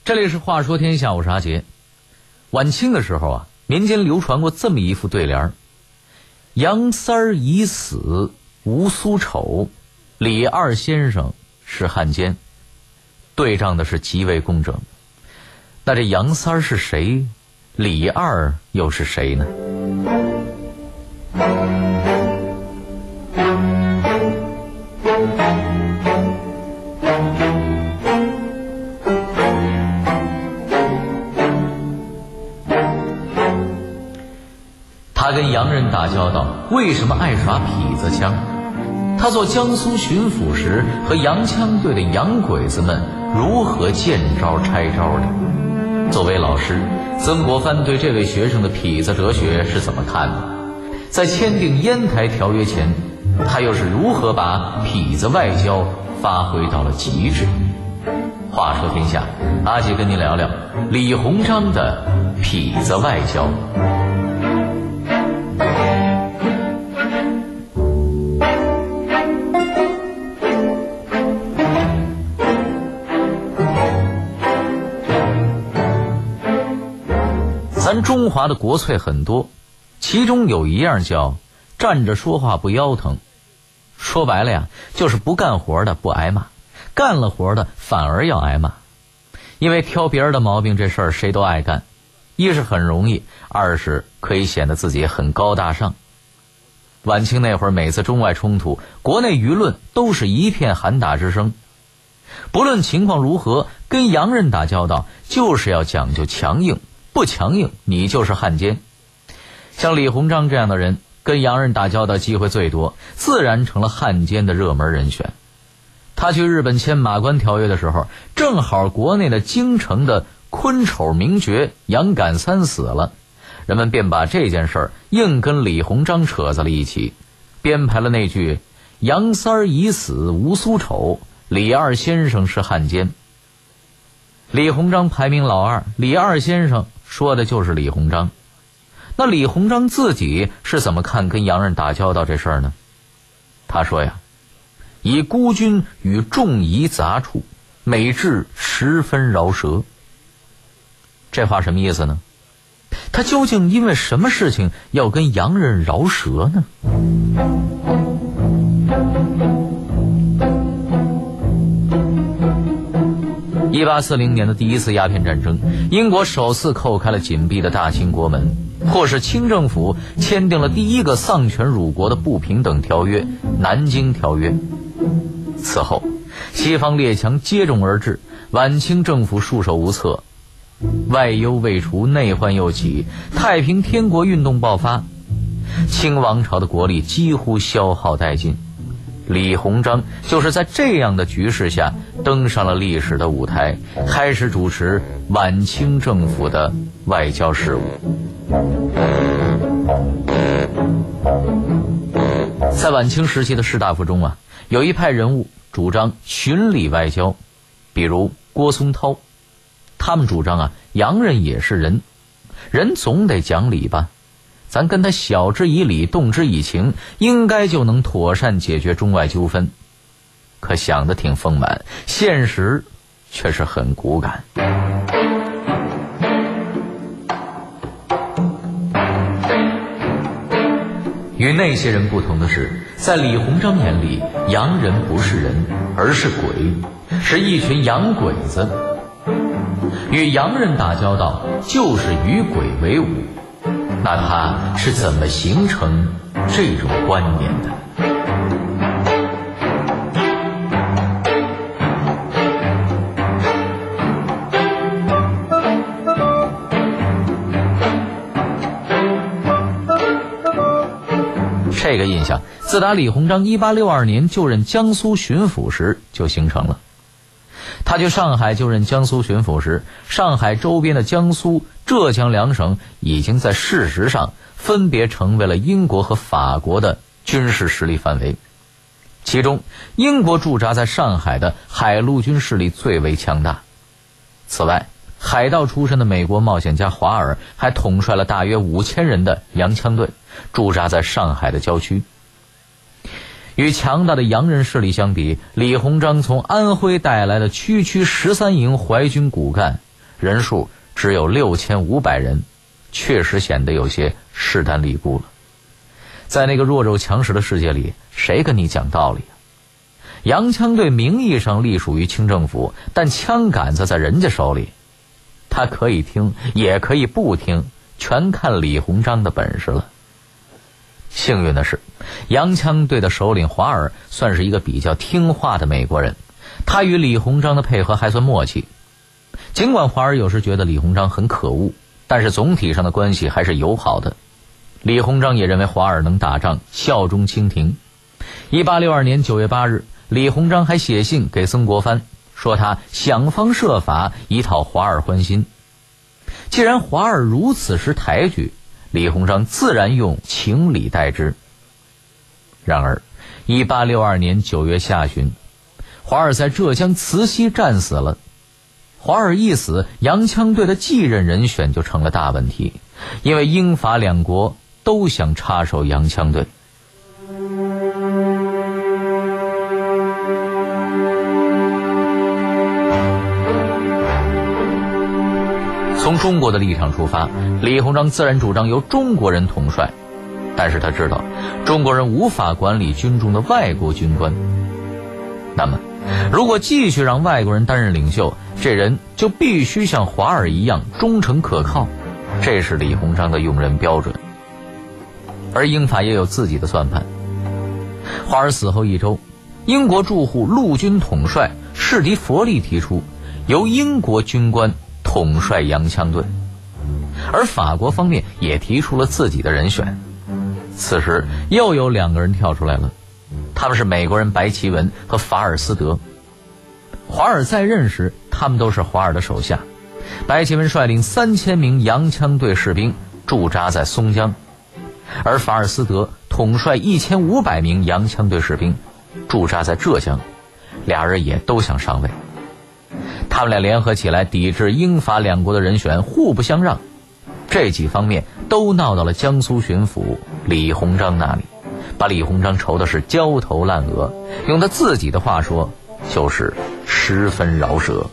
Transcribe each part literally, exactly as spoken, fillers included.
这里是话说天下，我是阿杰。晚清的时候啊，民间流传过这么一副对联：杨三儿已死无苏丑，李二先生是汉奸。对仗的是极为工整。那这杨三儿是谁？李二又是谁呢？他跟洋人打交道，为什么爱耍痞子腔？他做江苏巡抚时，和洋枪队的洋鬼子们如何见招拆招的？作为老师，曾国藩对这位学生的痞子哲学是怎么看的？在签订烟台条约前，他又是如何把痞子外交发挥到了极致？话说天下，阿杰跟您聊聊李鸿章的痞子外交。咱中华的国粹很多，其中有一样叫站着说话不腰疼。说白了呀，就是不干活的不挨骂，干了活的反而要挨骂。因为挑别人的毛病这事儿谁都爱干，一是很容易，二是可以显得自己很高大上。晚清那会儿，每次中外冲突，国内舆论都是一片喊打之声。不论情况如何，跟洋人打交道就是要讲究强硬，不强硬你就是汉奸。像李鸿章这样的人跟洋人打交道机会最多，自然成了汉奸的热门人选。他去日本签马关条约的时候，正好国内的京城的昆丑名角杨感三死了，人们便把这件事儿硬跟李鸿章扯在了一起，编排了那句杨三儿已死无苏丑，李二先生是汉奸。李鸿章排名老二，李二先生说的就是李鸿章。那李鸿章自己是怎么看跟洋人打交道这事儿呢？他说呀，以孤军与众夷杂处，每至十分饶舌。这话什么意思呢？他究竟因为什么事情要跟洋人饶舌呢？一八四零年的第一次鸦片战争，英国首次扣开了紧闭的大清国门，迫使清政府签订了第一个丧权辱国的不平等条约——南京条约。此后，西方列强接踵而至，晚清政府束手无策，外忧未除，内患又起，太平天国运动爆发，清王朝的国力几乎消耗殆尽。李鸿章就是在这样的局势下登上了历史的舞台，开始主持晚清政府的外交事务。在晚清时期的士大夫中啊，有一派人物主张循礼外交，比如郭松涛。他们主张啊，洋人也是人，人总得讲理吧，咱跟他晓之以理，动之以情，应该就能妥善解决中外纠纷。可想得挺丰满，现实却是很骨感。与那些人不同的是，在李鸿章眼里，洋人不是人，而是鬼，是一群洋鬼子。与洋人打交道就是与鬼为伍。那他是怎么形成这种观念的？这个印象自打李鸿章一八六二年就任江苏巡抚时就形成了。他去上海就任江苏巡抚时，上海周边的江苏、浙江两省已经在事实上分别成为了英国和法国的军事实力范围。其中，英国驻扎在上海的海陆军势力最为强大。此外，海盗出身的美国冒险家华尔还统帅了大约五千人的洋枪队，驻扎在上海的郊区。与强大的洋人势力相比，李鸿章从安徽带来的区区十三营淮军骨干人数只有六千五百人，确实显得有些势单力孤了。在那个弱肉强食的世界里，谁跟你讲道理啊？洋枪队名义上隶属于清政府，但枪杆子在人家手里，他可以听也可以不听，全看李鸿章的本事了。幸运的是，洋枪队的首领华尔算是一个比较听话的美国人，他与李鸿章的配合还算默契。尽管华尔有时觉得李鸿章很可恶，但是总体上的关系还是友好的。李鸿章也认为华尔能打仗，效忠清廷。一八六二年九月八日，李鸿章还写信给曾国藩，说他想方设法以讨华尔欢心。既然华尔如此识抬举，李鸿章自然用情理待之。然而一八六二年九月下旬，华尔在浙江慈溪战死了。华尔一死，洋枪队的继任人选就成了大问题，因为英法两国都想插手洋枪队。从中国的立场出发，李鸿章自然主张由中国人统帅，但是他知道中国人无法管理军中的外国军官。那么如果继续让外国人担任领袖，这人就必须像华尔一样忠诚可靠，这是李鸿章的用人标准。而英法也有自己的算盘。华尔死后一周，英国驻沪陆军统帅士迪佛利提出由英国军官统帅洋枪队，而法国方面也提出了自己的人选。此时又有两个人跳出来了，他们是美国人白奇文和法尔斯德。华尔在任时，他们都是华尔的手下。白奇文率领三千名洋枪队士兵驻扎在松江，而法尔斯德统帅一千五百名洋枪队士兵驻扎在浙江，俩人也都想上位。他们俩联合起来抵制英法两国的人选，互不相让。这几方面都闹到了江苏巡抚李鸿章那里，把李鸿章愁的是焦头烂额，用他自己的话说，就是十分饶舌。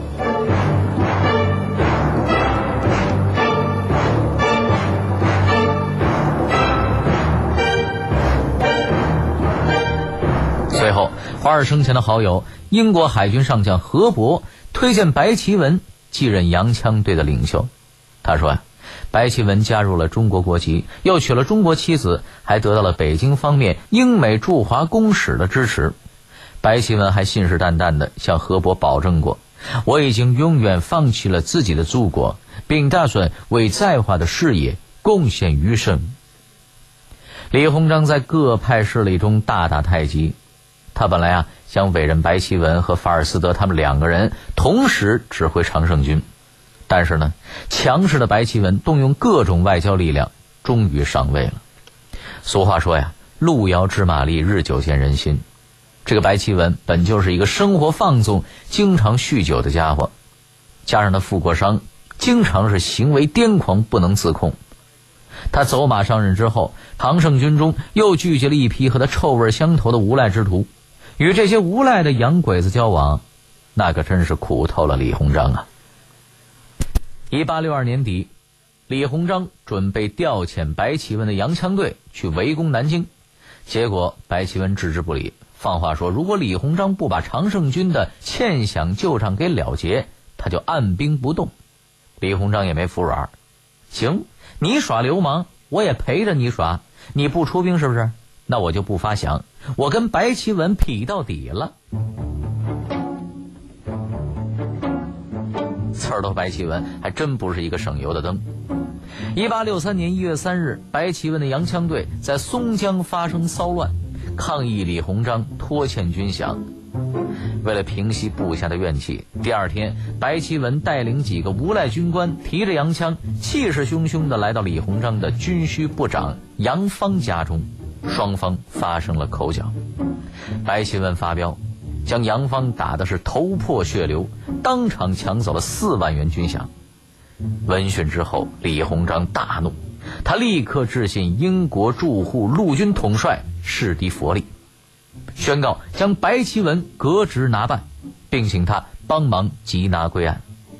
随后，华尔生前的好友英国海军上将何伯推荐白奇文继任洋枪队的领袖。他说呀，白奇文加入了中国国籍，又娶了中国妻子，还得到了北京方面英美驻华公使的支持。白奇文还信誓旦旦地向何伯保证过，我已经永远放弃了自己的祖国，并打算为在华的事业贡献余生。李鸿章在各派势力中大打太极，他本来啊想委任白奇文和法尔斯德他们两个人同时指挥常胜军，但是呢，强势的白奇文动用各种外交力量，终于上位了。俗话说呀，路遥知马力，日久见人心。这个白奇文本就是一个生活放纵、经常酗酒的家伙，加上他负过伤，经常是行为癫狂，不能自控。他走马上任之后，常胜军中又聚集了一批和他臭味相投的无赖之徒，与这些无赖的洋鬼子交往，那可真是苦透了李鸿章啊。一八六二年底，李鸿章准备调遣白奇文的洋枪队去围攻南京，结果白奇文置之不理，放话说如果李鸿章不把常胜军的欠饷旧账给了结，他就按兵不动。李鸿章也没服软，行，你耍流氓我也陪着你耍，你不出兵是不是？那我就不发饷，我跟白奇文匹到底了。刺儿头白奇文还真不是一个省油的灯。一八六三年一月三日，白奇文的洋枪队在松江发生骚乱，抗议李鸿章拖欠军饷。为了平息部下的怨气，第二天白奇文带领几个无赖军官提着洋枪，气势汹汹地来到李鸿章的军需部长杨芳家中，双方发生了口角。白奇文发飙，将杨芳打的是头破血流，当场抢走了四万元军饷。闻讯之后，李鸿章大怒，他立刻致信英国驻沪陆军统帅士迪佛利，宣告将白奇文革职拿办，并请他帮忙缉拿归案。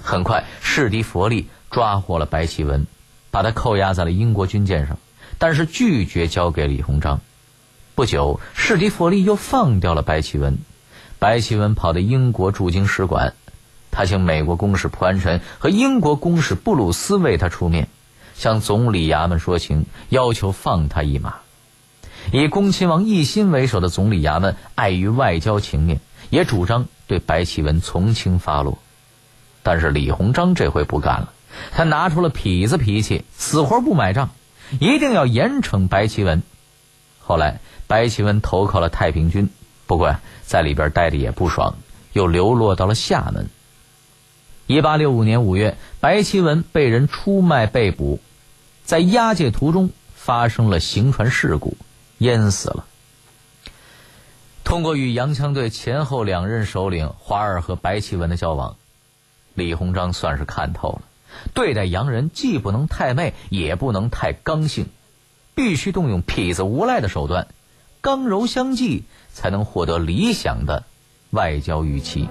很快史蒂佛利抓获了白其文，把他扣押在了英国军舰上，但是拒绝交给李鸿章。不久，史蒂佛利又放掉了白其文，白其文跑到英国驻京使馆，他请美国公使普安臣和英国公使布鲁斯为他出面，向总理衙门说情，要求放他一马。以恭亲王奕欣为首的总理衙门碍于外交情面，也主张对白其文从轻发落。但是李鸿章这回不干了，他拿出了痞子脾气，死活不买账，一定要严惩白其文。后来白其文投靠了太平军，不过在里边待着也不爽，又流落到了厦门。一八六五年五月，白其文被人出卖被捕，在押解途中发生了行船事故，淹死了。通过与洋枪队前后两任首领华尔和白其文的交往，李鸿章算是看透了，对待洋人既不能太媚，也不能太刚性，必须动用痞子无赖的手段，刚柔相济，才能获得理想的外交预期。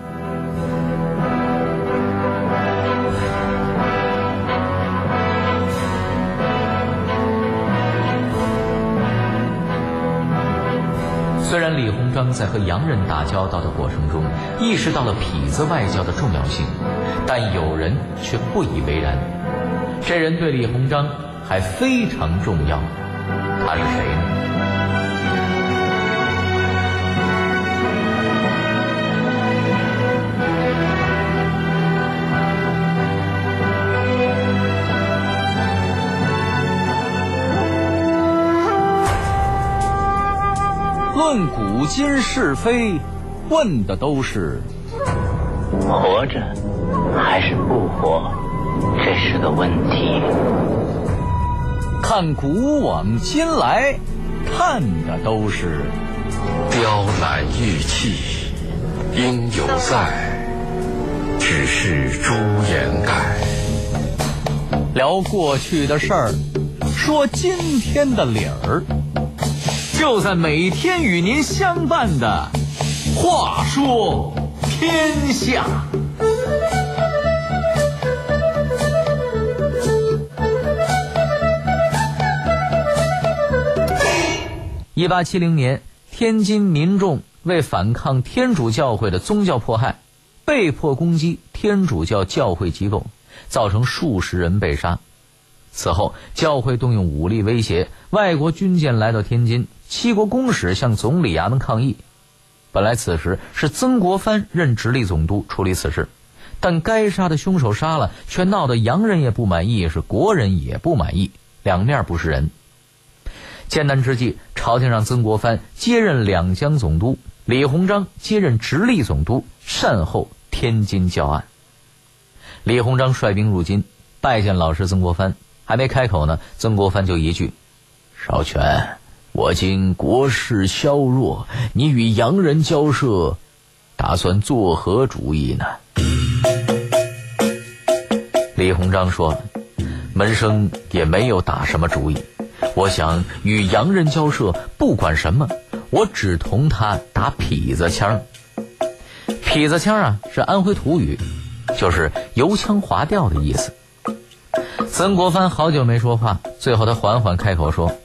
虽然李鸿章在和洋人打交道的过程中意识到了痞子外交的重要性，但有人却不以为然。这人对李鸿章还非常重要，他是谁呢？论古今是非，问的都是活着还是不活，这是个问题。 看古往今来，看的都是雕栏玉砌应犹在，只是朱颜改。 聊过去的事儿，说今天的理儿，就在每天与您相伴的话说天下。一八七零年，天津民众为反抗天主教会的宗教迫害，被迫攻击天主教教会机构，造成数十人被杀。此后，教会动用武力威胁，外国军舰来到天津，七国公使向总理衙门抗议。本来此时是曾国藩任直隶总督处理此事，但该杀的凶手杀了，却闹得洋人也不满意，是国人也不满意，两面不是人。艰难之际，朝廷让曾国藩接任两江总督，李鸿章接任直隶总督，善后天津教案。李鸿章率兵入京，拜见老师曾国藩，还没开口呢，曾国藩就一句：少权，我今国势削弱，你与洋人交涉，打算作何主意呢？李鸿章说了，门生也没有打什么主意，我想与洋人交涉，不管什么，我只同他打痞子枪。痞子枪啊，是安徽土语，就是油腔滑调的意思。曾国藩好久没说话，最后他缓缓开口说：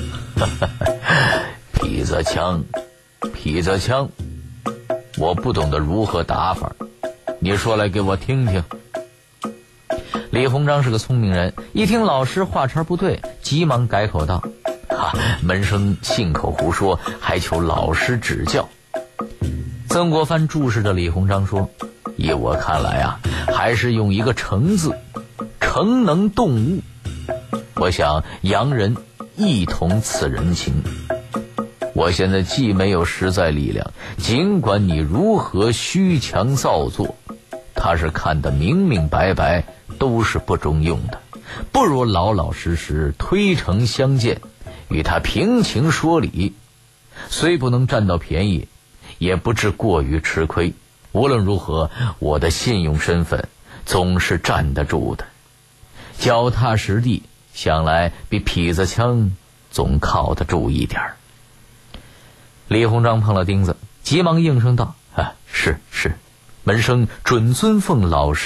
痞子枪，痞子枪，我不懂得如何打法，你说来给我听听。李鸿章是个聪明人，一听老师话茬不对，急忙改口道：啊，门生信口胡说，还求老师指教。曾国藩注视着李鸿章说：依我看来啊，还是用一个诚字，诚能动物。我想洋人一同此人情。我现在既没有实在力量，尽管你如何虚强造作，他是看得明明白白，都是不中用的，不如老老实实推诚相见，与他平情说理，虽不能占到便宜，也不至过于吃亏。无论如何，我的信用身份总是站得住的，脚踏实地，想来比痞子枪总靠得住一点。李鸿章碰了钉子，急忙应声道：啊，是是，门生准遵奉老师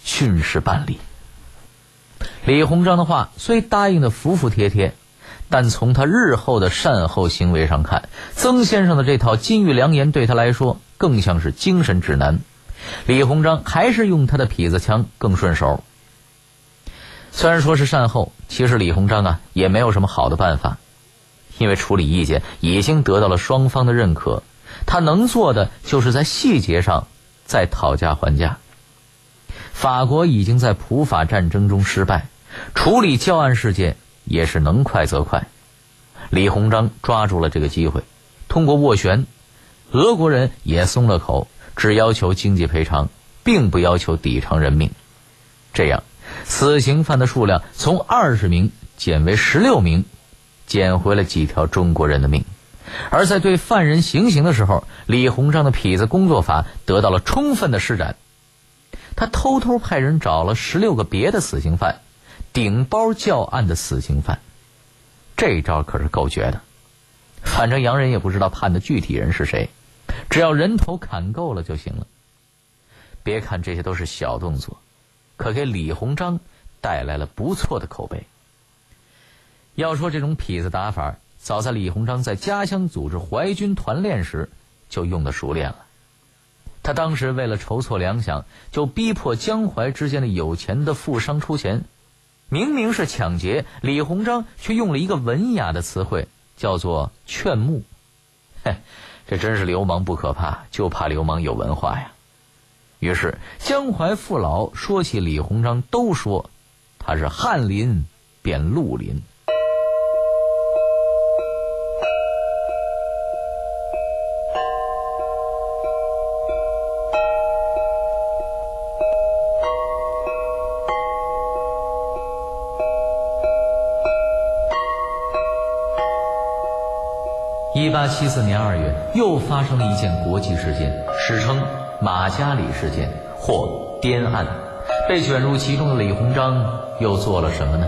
训示办理。李鸿章的话虽答应的服服帖帖，但从他日后的善后行为上看，曾先生的这套金玉良言对他来说更像是精神指南。李鸿章还是用他的痞子枪更顺手。虽然说是善后，其实李鸿章啊也没有什么好的办法，因为处理意见已经得到了双方的认可，他能做的就是在细节上再讨价还价。法国已经在普法战争中失败，处理教案事件也是能快则快。李鸿章抓住了这个机会，通过斡旋，俄国人也松了口，只要求经济赔偿，并不要求抵偿人命。这样死刑犯的数量从二十名减为十六名，捡回了几条中国人的命。而在对犯人行刑的时候，李鸿章的痞子工作法得到了充分的施展。他偷偷派人找了十六个别的死刑犯，顶包教案的死刑犯。这招可是够绝的，反正洋人也不知道判的具体人是谁，只要人头砍够了就行了。别看这些都是小动作，可给李鸿章带来了不错的口碑。要说这种痞子打法，早在李鸿章在家乡组织淮军团练时就用得熟练了。他当时为了筹措粮饷，就逼迫江淮之间的有钱的富商出钱。明明是抢劫，李鸿章却用了一个文雅的词汇，叫做劝募。嘿，这真是流氓不可怕，就怕流氓有文化呀。于是江淮父老说起李鸿章，都说他是翰林变绿林。一八七四年二月，又发生了一件国际事件，史称马加里事件或滇案。被卷入其中的李鸿章又做了什么呢？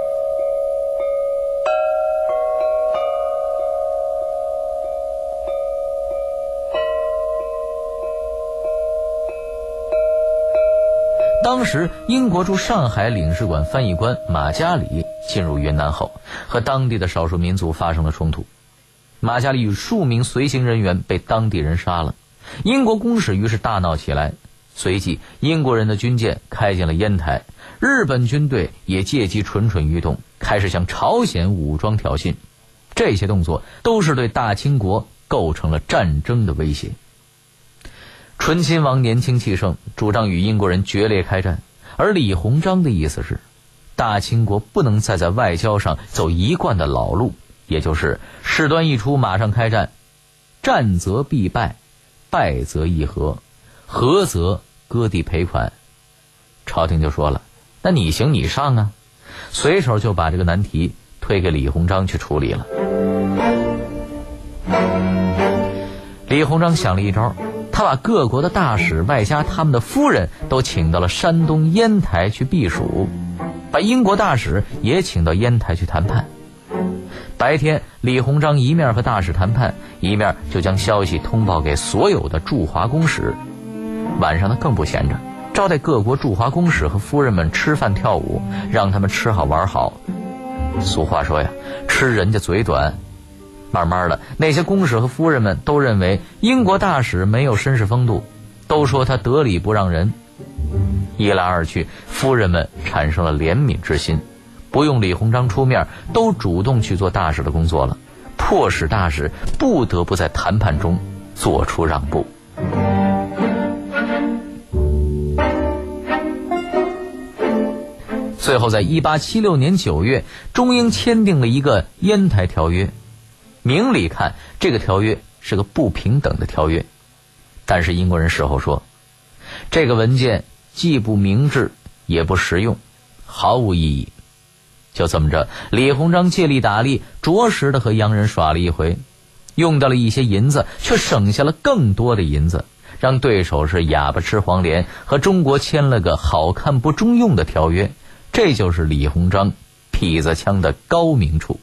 当时英国驻上海领事馆翻译官马加里进入云南后，和当地的少数民族发生了冲突。马加里与数名随行人员被当地人杀了，英国公使于是大闹起来。随即英国人的军舰开进了烟台，日本军队也借机蠢蠢欲动，开始向朝鲜武装挑衅。这些动作都是对大清国构成了战争的威胁。醇亲王年轻气盛，主张与英国人决裂开战，而李鸿章的意思是，大清国不能再在外交上走一贯的老路，也就是事端一出马上开战，战则必败，败则议和，和则割地赔款。朝廷就说了，那你行你上啊，随手就把这个难题推给李鸿章去处理了。李鸿章想了一招，他把各国的大使外加他们的夫人都请到了山东烟台去避暑，把英国大使也请到烟台去谈判。白天李鸿章一面和大使谈判，一面就将消息通报给所有的驻华公使。晚上他更不闲着，招待各国驻华公使和夫人们吃饭跳舞，让他们吃好玩好。俗话说呀，吃人家嘴短。慢慢的，那些公使和夫人们都认为英国大使没有绅士风度，都说他得理不让人。一来二去，夫人们产生了怜悯之心，不用李鸿章出面，都主动去做大使的工作了，迫使大使不得不在谈判中做出让步。最后在一八七六年九月，中英签订了一个烟台条约。明里看，这个条约是个不平等的条约，但是英国人事后说，这个文件既不明智也不实用，毫无意义。就这么着，李鸿章借力打力，着实的和洋人耍了一回，用到了一些银子，却省下了更多的银子，让对手是哑巴吃黄连，和中国签了个好看不中用的条约。这就是李鸿章痞子枪的高明处。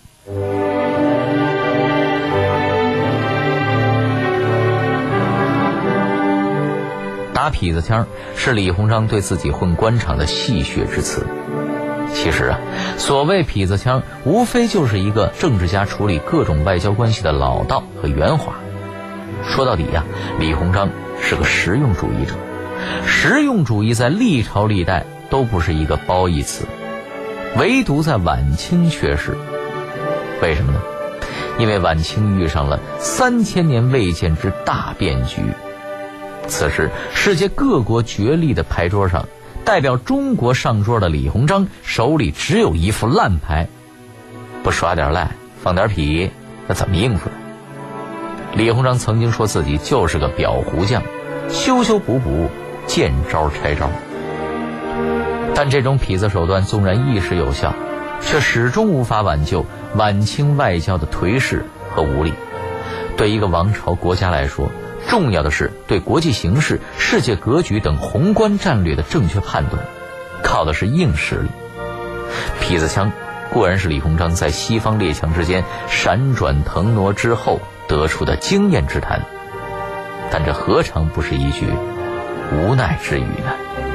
打打痞子腔是李鸿章对自己混官场的戏谑之词。其实啊，所谓痞子腔无非就是一个政治家处理各种外交关系的老道和圆滑。说到底呀、啊，李鸿章是个实用主义者。实用主义在历朝历代都不是一个褒义词，唯独在晚清却是。为什么呢？因为晚清遇上了三千年未见之大变局。此时世界各国角力的牌桌上，代表中国上桌的李鸿章手里只有一副烂牌，不耍点赖放点痞，那怎么应付呢？李鸿章曾经说自己就是个裱糊匠，修修补补，见招拆招。但这种痞子手段纵然一时有效，却始终无法挽救晚清外交的颓势和无力。对一个王朝国家来说，重要的是对国际形势、世界格局等宏观战略的正确判断，靠的是硬实力。痞子腔固然是李鸿章在西方列强之间闪转腾挪之后得出的经验之谈，但这何尝不是一句无奈之语呢？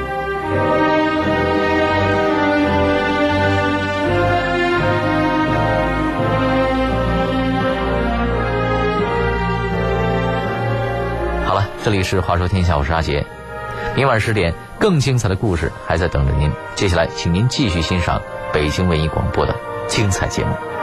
好了，这里是话说天下，我是阿杰。明晚十点，更精彩的故事还在等着您。接下来，请您继续欣赏北京文艺广播的精彩节目。